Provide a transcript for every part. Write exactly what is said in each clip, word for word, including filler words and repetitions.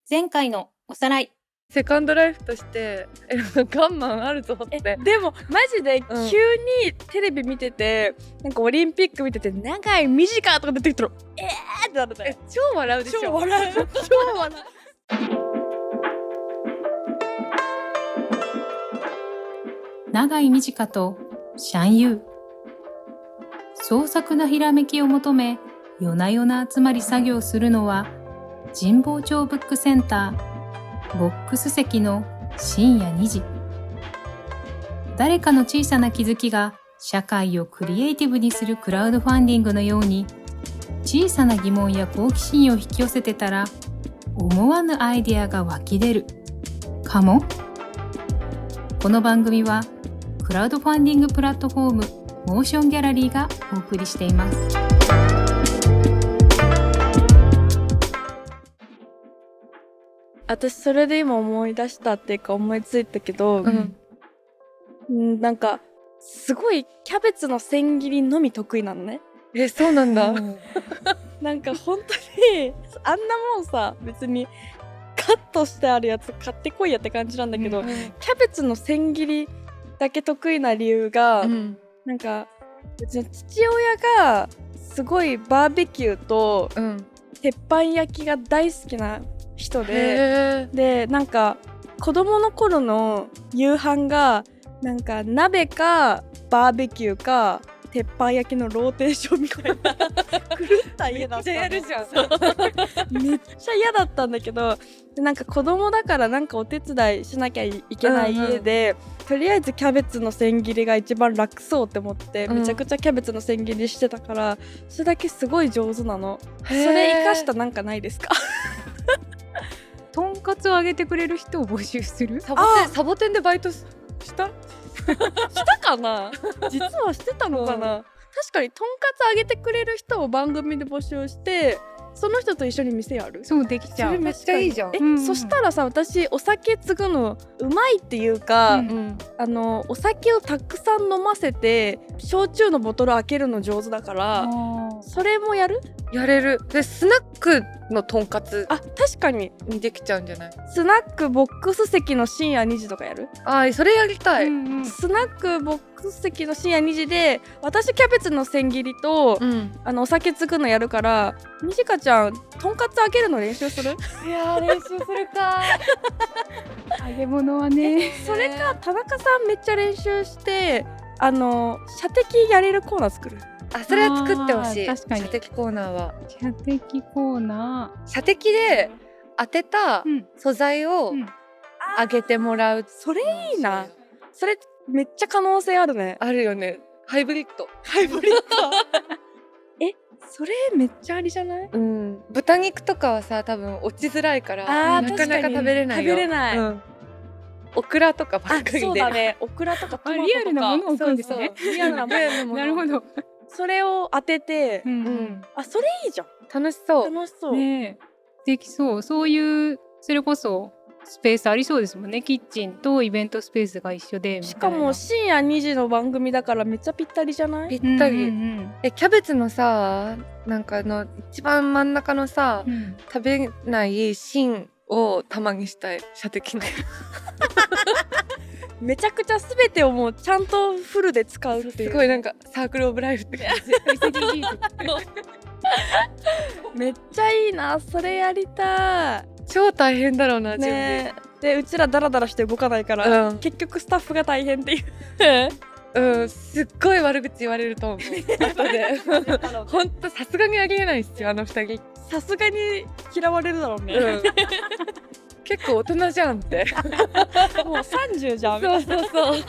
前回のおさらい。 セカンドライフとしてえガンマンあるぞって。 でもマジで急にテレビ見てて、うん、なんかオリンピック見てて長い短いとか出てきたらえーってなってた。 超笑うでしょ。 超笑う超笑う永井美智香とシャンユー。創作なひらめきを求め夜な夜な集まり作業するのは神保町ブックセンターボックス席の深夜にじ。誰かの小さな気づきが社会をクリエイティブにするクラウドファンディングのように、小さな疑問や好奇心を引き寄せてたら思わぬアイデアが湧き出るかも。この番組はクラウドファンディングプラットフォームモーションギャラリーがお送りしています。 私それで今思い出したっていうか思いついたけど、うん、なんかすごいキャベツの千切りのみ得意なのね。 え、そうなんだ。 なんか本当にあんなもんさ、別にカットしてあるやつ買ってこいやって感じなんだけど、うん、キャベツの千切りだけ得意な理由が、うん、なんかうちの父親がすごいバーベキューと鉄板焼きが大好きな人で、でなんか子供の頃の夕飯がなんか鍋かバーベキューか鉄板焼きのローテーションみたいな狂った家だったの。めっちゃやるじゃんめっちゃ嫌だったんだけど、でなんか子供だからなんかお手伝いしなきゃいけない家で、うんうん、とりあえずキャベツの千切りが一番楽そうって思って、うん、めちゃくちゃキャベツの千切りしてたから、それだけすごい上手なの。それ生かしたなんかないですか？ とんかつをあげてくれる人を募集する。 サボテン、サボテンでバイトしたしたかな実はしてたのかな、うん、確かにとんかつあげてくれる人を番組で募集してその人と一緒に店やる。 そうできちゃう。 それめっちゃいいじゃん。 え、うんうん、そしたらさ、私お酒継ぐのうまいっていうか、うんうん、あのお酒をたくさん飲ませて焼酎のボトル開けるの上手だからそれもやる？ やれる。でスナックのとんかつ、 あ、確かにできちゃうんじゃない？ スナックボックス席の深夜にじとかやる？ あ、それやりたい、 うんうん、スナックボックス席の深夜にじで私キャベツの千切りと、うん、あのお酒つくのやるから、みじかちゃんとんかつ開けるの練習する？ いや練習するか揚げ物はね。 それか田中さんめっちゃ練習してあの射的やれるコーナー作る。 あ、それは作ってほしい。 確かに射的コーナーは射的コーナー射的で当てた素材をあげてもらう、うん、 それいいな。それめっちゃ可能性あるね。 あるよね。ハイブリッドハイブリッドえ、それめっちゃありじゃない？ うん、豚肉とかはさ多分落ちづらいからなかなか食べれないよ。 食べれない、うん、 オクラとかばっかりで。 そうだね、オクラとかトマトとかリアルなものを置くんですね。 リアルなものなるほど。 それを当てて、うんうん、あ、それいいじゃん。 楽しそう楽しそう、 ね、できそう。そういうそれこそスペースありそうですもんね。キッチンとイベントスペースが一緒でみたいな。 しかも深夜にじの番組だからめっちゃぴったりじゃない？ ぴったり、うんうんうん、えキャベツのさなんかの一番真ん中のさ、うん、食べない芯を玉にしたい射的のめちゃくちゃ全てをもうちゃんとフルで使うっていう、 すごいなんかサークルオブライフって感じめっちゃいいな。それやりたい。 超大変だろうな、 ね、でうちらダラダラして動かないから、うん、結局スタッフが大変っていううん、すっごい悪口言われると思う後でほんとさすがにありえないっすよ、あの二人。 さすがに嫌われるだろうね、うん、 結構大人じゃんってもうさんじゅうじゃん。 そうそうそう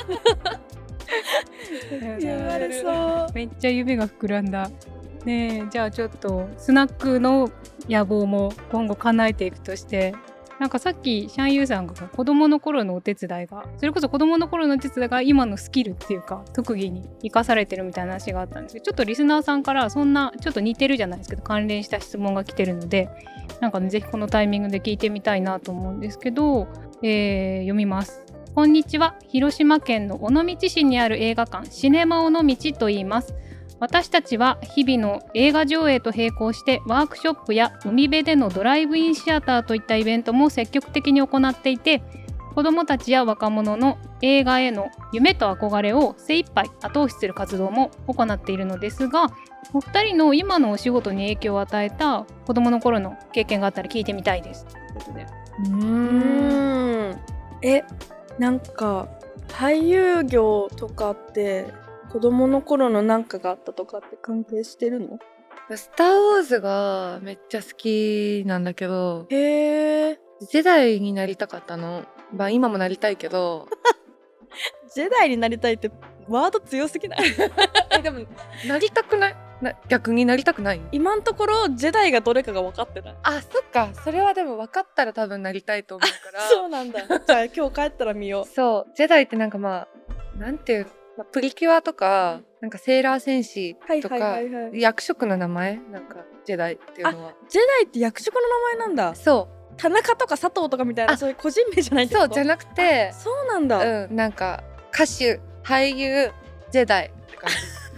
言われそう。 めっちゃ夢が膨らんだね。え、じゃあちょっとスナックの野望も今後叶えていくとして、なんかさっきシャンユーさんが子供の頃のお手伝いが、それこそ子供の頃のお手伝いが今のスキルっていうか特技に生かされてるみたいな話があったんですけど、ちょっとリスナーさんからそんなちょっと似てるじゃないですけど関連した質問が来てるので、なんかねぜひこのタイミングで聞いてみたいなと思うんですけど、えー、読みます。こんにちは。広島県の尾道市にある映画館シネマ尾道と言います。 私たちは日々の映画上映と並行してワークショップや海辺でのドライブインシアターといったイベントも積極的に行っていて、子どもたちや若者の映画への夢と憧れを精一杯後押しする活動も行っているのですが、お二人の今のお仕事に影響を与えた子どもの頃の経験があったら聞いてみたいですということで。 うーんえなんか俳優業とかって子供の頃のなんかがあったとかって関係してるの？ スター・ウォーズがめっちゃ好きなんだけど、 へえ。 ジェダイになりたかったの。まあ今もなりたいけどジェダイになりたいってワード強すぎない？ えでもなりたくない？な逆になりたくない？ 今のところジェダイがどれかが分かってない。 あ、そっか。それはでも分かったら多分なりたいと思うからそうなんだ。じゃあ今日帰ったら見よう。 そうジェダイってなんかまあなんていう、まあ、プリキュアとかなんかセーラー戦士とか、 はいはいはいはい、 役職の名前なんかジェダイっていうのはジェダイって役職の名前なんだ。 そう田中とか佐藤とかみたいなそういう個人名じゃないってこと？ そうじゃなくて、 そうなんだ。 うん、なんか歌手俳優ジェダイって感じ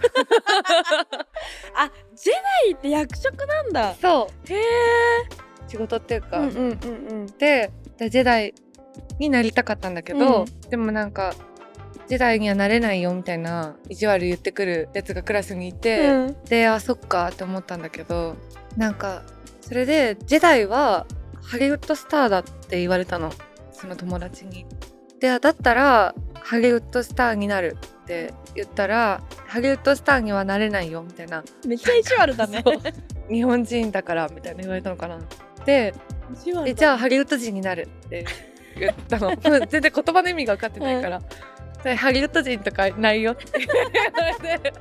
あ、ジェダイって役職なんだ。 そうへえ。 仕事っていうか、 うんうんうんうんででジェダイになりたかったんだけど、 うん、 でもなんかジェダイにはなれないよみたいな意地悪言ってくるやつがクラスにいて、 うん、 であそっかって思ったんだけど、なんかそれでジェダイはハリウッドスターだって言われたの、その友達に。でだったらハリウッドスターになるって言ったら、ハリウッドスターにはなれないよみたいな。 めっちゃ意地悪だね。 日本人だからみたいな言われたのかな。で意地悪だね。 えじゃあハリウッド人になるって言ったの全然言葉の意味が分かってないから、うん、でハリウッド人とかないよって言われて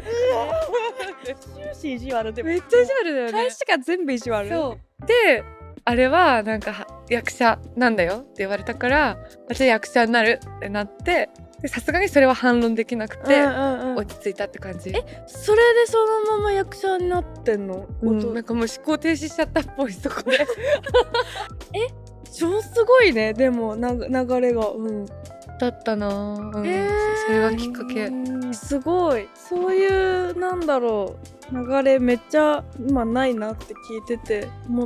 終始意地悪でもめっちゃ意地悪だよね。 返しが全部意地悪。 そうであれはなんか役者なんだよって言われたから、私役者になるってなって、さすがにそれは反論できなくて、うんうんうん、落ち着いたって感じ。 えそれでそのまま役者になってんの？ うん、なんかもう思考停止しちゃったっぽいそこでえ超すごいね。でもな流れが、うん、 だったな、うんえー、 それがきっかけ。 すごい。そういうなんだろう流れめっちゃ今ないなって聞いてて思った。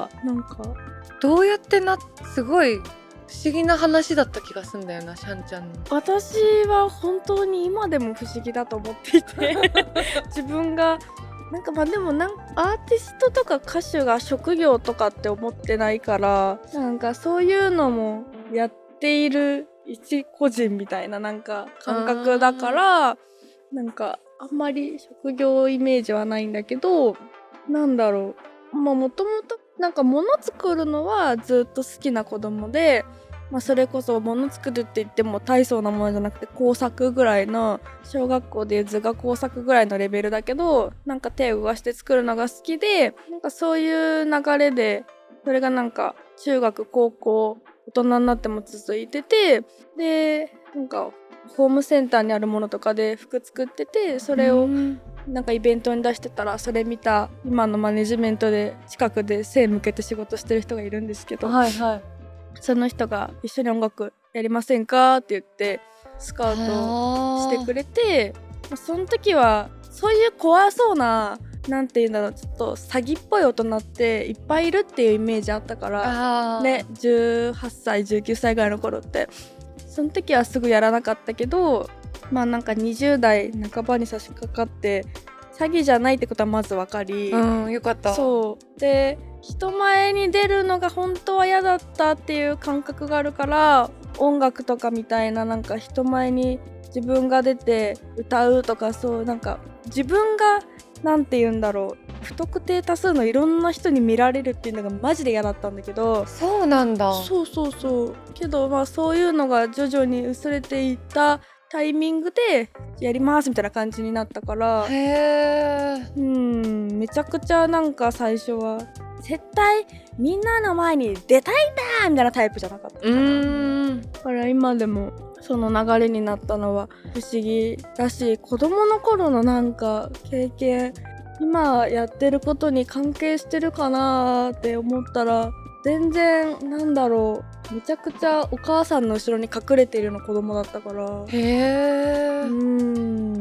なんかどうやってなすごい不思議な話だった気がするんだよな、シャンちゃんの。 私は本当に今でも不思議だと思っていて自分がなんかまあでもなんアーティストとか歌手が職業とかって思ってないから、なんかそういうのもやっている一個人みたいななんか感覚だから、なんかあんまり職業イメージはないんだけど、なんだろう、まあもともとなんか物作るのはずっと好きな子供で、まあ、それこそ物作るって言っても大層なものじゃなくて工作ぐらいの、小学校でいう図画工作ぐらいのレベルだけど、なんか手を動かして作るのが好きで、なんかそういう流れでそれがなんか中学高校大人になっても続いてて、でなんかホームセンターにあるものとかで服作ってて、それをなんかイベントに出してたら、それ見た今のマネジメントで近くで背向けて仕事してる人がいるんですけど、 はいはい、 その人が一緒に音楽やりませんかって言ってスカウトしてくれて、その時はそういう怖そうな、なんていうんだろう、ちょっと詐欺っぽい大人っていっぱいいるっていうイメージあったからね、じゅうはっさいじゅうきゅうさいぐらいの頃って。その時はすぐやらなかったけど、まあなんかにじゅう代半ばに差し掛かって詐欺じゃないってことはまず分かり、 うん、よかった。 そうで、人前に出るのが本当は嫌だったっていう感覚があるから、音楽とかみたいな、なんか人前に自分が出て歌うとか、そうなんか自分がなんて言うんだろう、不特定多数のいろんな人に見られるっていうのがマジで嫌だったんだけど。 そうなんだ。 そうそうそう。けどまあそういうのが徐々に薄れていったタイミングでやりますみたいな感じになったから、 へー、 うんめちゃくちゃなんか最初は絶対みんなの前に出たいんだみたいなタイプじゃなかったから、うーんだから今でもその流れになったのは不思議だし、子供の頃のなんか経験今やってることに関係してるかなって思ったら、全然なんだろう、めちゃくちゃお母さんの後ろに隠れているような子供だったから。 へー、 うーん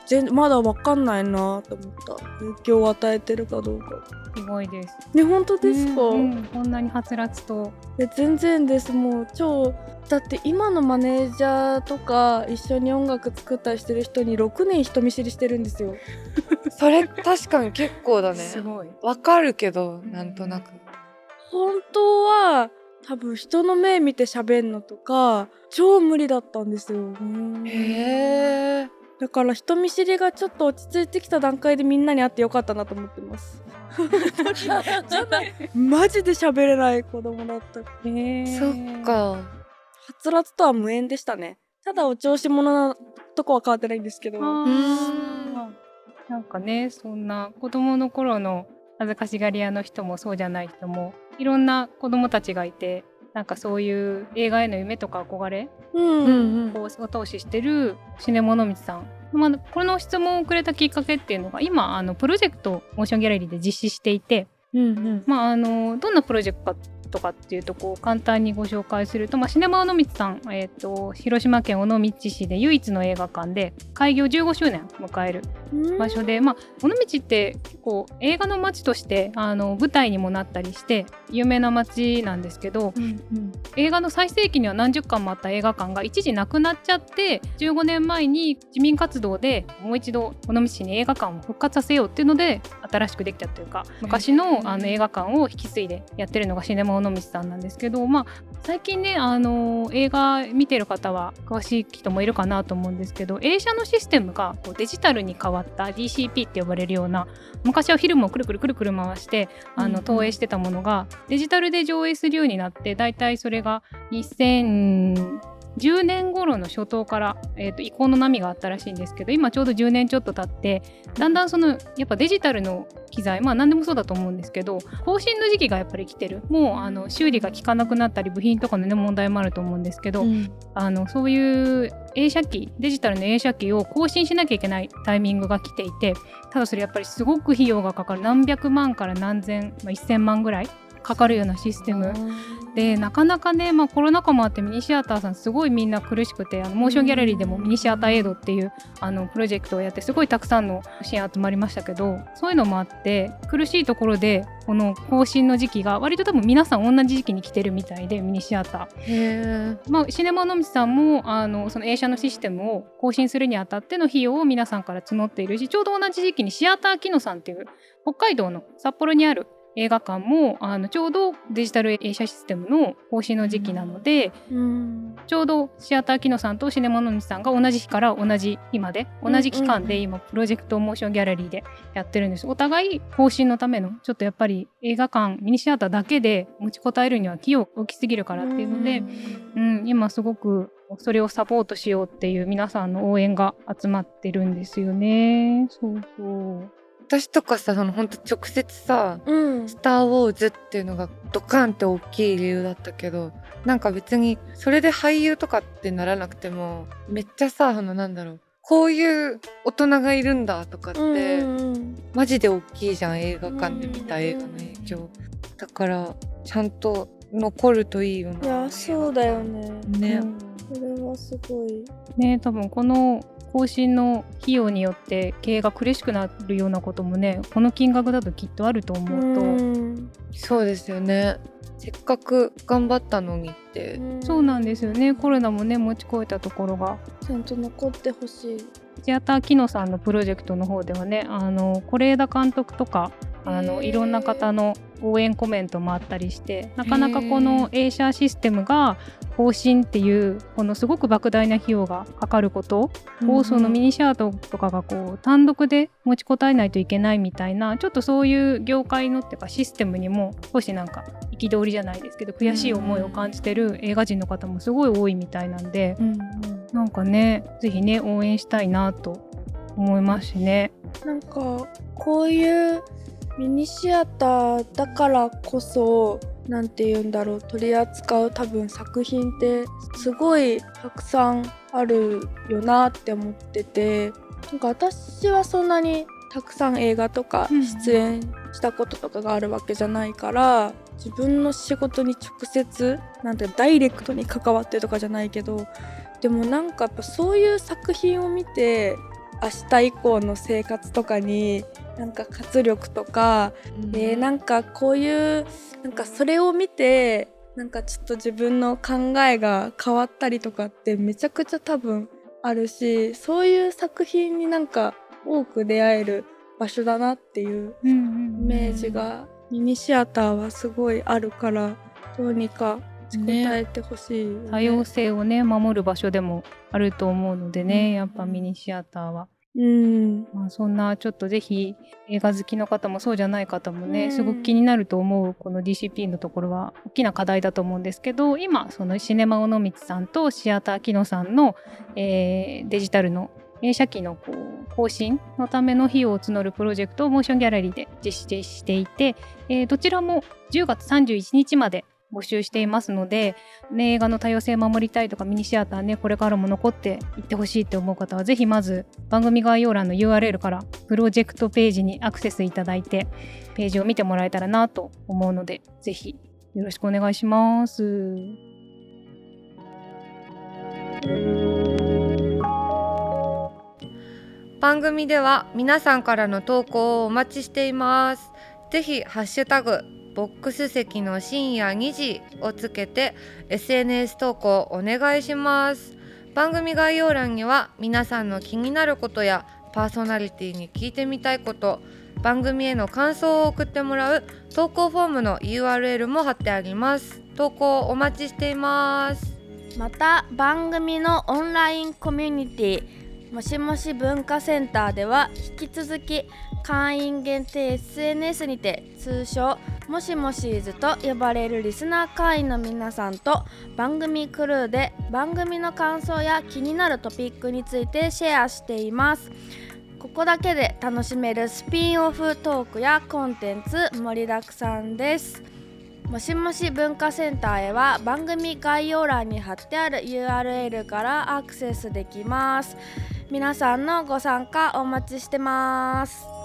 全まだわかんないなと思った。影響を与えてるかどうか。 すごいです。 ね、本当ですか？ うんうん、こんなにはつらつと。 え全然です。もう超だって今のマネージャーとか一緒に音楽作ったりしてる人にろくねん人見知りしてるんですよ。 それ確かに結構だね。 すごい。 わかるけどなんとなく。 本当は多分人の目見て喋んのとか超無理だったんですよ。 へえ。 だから人見知りがちょっと落ち着いてきた段階でみんなに会ってよかったなと思ってます。マジで喋れない子供だった。 へーそっか。 はつらつとは無縁でしたね。ただお調子者なとこは変わってないんですけど。 あーなんかね、そんな子供の頃の恥ずかしがり屋の人もそうじゃない人もいろんな子供たちがいて、なんかそういう映画への夢とか憧れうんうんこうお通ししてるシネモノミツさん、まあ、この質問をくれたきっかけっていうのが今あのプロジェクトをモーションギャラリーで実施していて、 うんうんまあ、あのどんなプロジェクトかとかっていうとこう簡単にご紹介すると、まあ、シネマ尾道さん、えー、と広島県尾道市で唯一の映画館で開業じゅうごしゅうねんを迎える場所で、まあ、尾道って結構映画の街としてあの舞台にもなったりして有名な街なんですけど、 うんうん映画の最盛期には何十館もあった映画館が一時なくなっちゃってじゅうごねんまえに自民活動でもう一度尾道市に映画館を復活させようっていうので新しくできたというか昔の、あの映画館を引き継いでやってるのがシネマ尾道さんなんですけど、まあ、最近ねあの映画見てる方は詳しい人もいるかなと思うんですけど、映写のシステムがこうデジタルに変わった ディーシーピー って呼ばれるような、昔はフィルムをくるくるくるくる回してあの投影してたものがデジタルで上映するようになって、だいたいそれがにせんじゅうねん頃の初頭から、えー、と移行の波があったらしいんですけど、今ちょうどじゅうねんちょっと経ってだんだんそのやっぱデジタルの機材、まあ何でもそうだと思うんですけど更新の時期がやっぱり来てる。もうあの修理が効かなくなったり部品とかの、ね、問題もあると思うんですけど、 うん、 あのそういう映写機デジタルの映写機を更新しなきゃいけないタイミングが来ていて、ただそれやっぱりすごく費用がかかる、何百万から何千、まあ、せんまんぐらいかかるようなシステムで、なかなかね、まあ、コロナ禍もあってミニシアターさんすごいみんな苦しくて、あのモーションギャラリーでもミニシアターエイドっていうあのプロジェクトをやってすごいたくさんの支援集まりましたけど、そういうのもあって苦しいところでこの更新の時期が割と多分皆さん同じ時期に来てるみたいで、ミニシアターへー、 まあ、シネマ尾道さんもあのその映写のシステムを更新するにあたっての費用を皆さんから募っているし、ちょうど同じ時期にシアターキノさんっていう北海道の札幌にある映画館もあのちょうどデジタル映写システムの更新の時期なので、 うん、 ちょうどシアターキノさんとシネマ尾道さんが同じ日から同じ日まで同じ期間で今プロジェクトモーションギャラリーでやってるんです。お互い更新のためのちょっとやっぱり映画館ミニシアターだけで持ちこたえるには費用大きすぎるからっていうので、うん、今すごくそれをサポートしようっていう皆さんの応援が集まってるんですよね。そうそう。 私とかさ、そのほんと直接さ、 うん、 スターウォーズっていうのがドカンって大きい理由だったけど、なんか別にそれで俳優とかってならなくてもめっちゃさ、あのなんだろう、こういう大人がいるんだとかって、 うんマジで大きいじゃん、映画館で見た映画の影響だからちゃんと残るといいよな。 いやそうだよね。 ね、 うん、それはすごいね、多分この更新の費用によって経営が苦しくなるようなこともね、この金額だときっとあると思うと、 うん、 そうですよね。せっかく頑張ったのにって、 うん、 そうなんですよね。コロナもね持ち越えたところがちゃんと残ってほしい。 シアターキノさんのプロジェクトの方ではね、あの是枝監督とかあのいろんな方の応援コメントもあったりして、なかなかこの映写システムが更新っていうこのすごく莫大な費用がかかることを、そのミニシアターとかがこう単独で持ちこたえないといけないみたいな、ちょっとそういう業界のっていうかシステムにも少しなんか憤りじゃないですけど悔しい思いを感じてる映画人の方もすごい多いみたいなんで、 うんうん、 なんかねぜひね応援したいなと思いますしね。 なんかこういうミニシアターだからこそなんて言うんだろう、取り扱う多分作品ってすごいたくさんあるよなって思ってて、なんか私はそんなにたくさん映画とか出演したこととかがあるわけじゃないから、自分の仕事に直接なんてダイレクトに関わってるとかじゃないけど、でもなんかやっぱそういう作品を見て明日以降の生活とかになんか活力とか、 うんえーなんかこういうなんかそれを見てなんかちょっと自分の考えが変わったりとかってめちゃくちゃ多分あるし、そういう作品になんか多く出会える場所だなっていうイメージがミニシアターはすごいあるから、どうにか応えてほしいよね。 多様性をね守る場所でもあると思うのでね、やっぱミニシアターは、 うんまあ、そんなちょっとぜひ映画好きの方もそうじゃない方もね、 うんすごく気になると思うこの ディーシーピー のところは大きな課題だと思うんですけど、今そのシネマ尾道さんとシアターキノさんの、えーデジタルの映写機のこう更新のための費用を募るプロジェクトをモーションギャラリーで実施していて、えーどちらもじゅうがつさんじゅういちにちまで募集していますので、ね、映画の多様性を守りたいとかミニシアターねこれからも残っていってほしいって思う方はぜひまず番組概要欄の ユーアールエル からプロジェクトページにアクセスいただいてページを見てもらえたらなと思うので、ぜひよろしくお願いします。 番組では皆さんからの投稿をお待ちしています。ぜひハッシュタグボックス席の深夜にじをつけて エスエヌエス 投稿お願いします。番組概要欄には皆さんの気になることやパーソナリティに聞いてみたいこと、番組への感想を送ってもらう投稿フォームの ユーアールエル も貼ってあります。投稿お待ちしています。 また番組のオンラインコミュニティもしもし文化センターでは引き続き会員限定 エスエヌエス にて通称もしもしーずと呼ばれるリスナー会員の皆さんと番組クルーで番組の感想や気になるトピックについてシェアしています。ここだけで楽しめるスピンオフトークやコンテンツ盛りだくさんです。もしもし文化センターへは番組概要欄に貼ってある ユーアールエル からアクセスできます。皆さんのご参加お待ちしてます。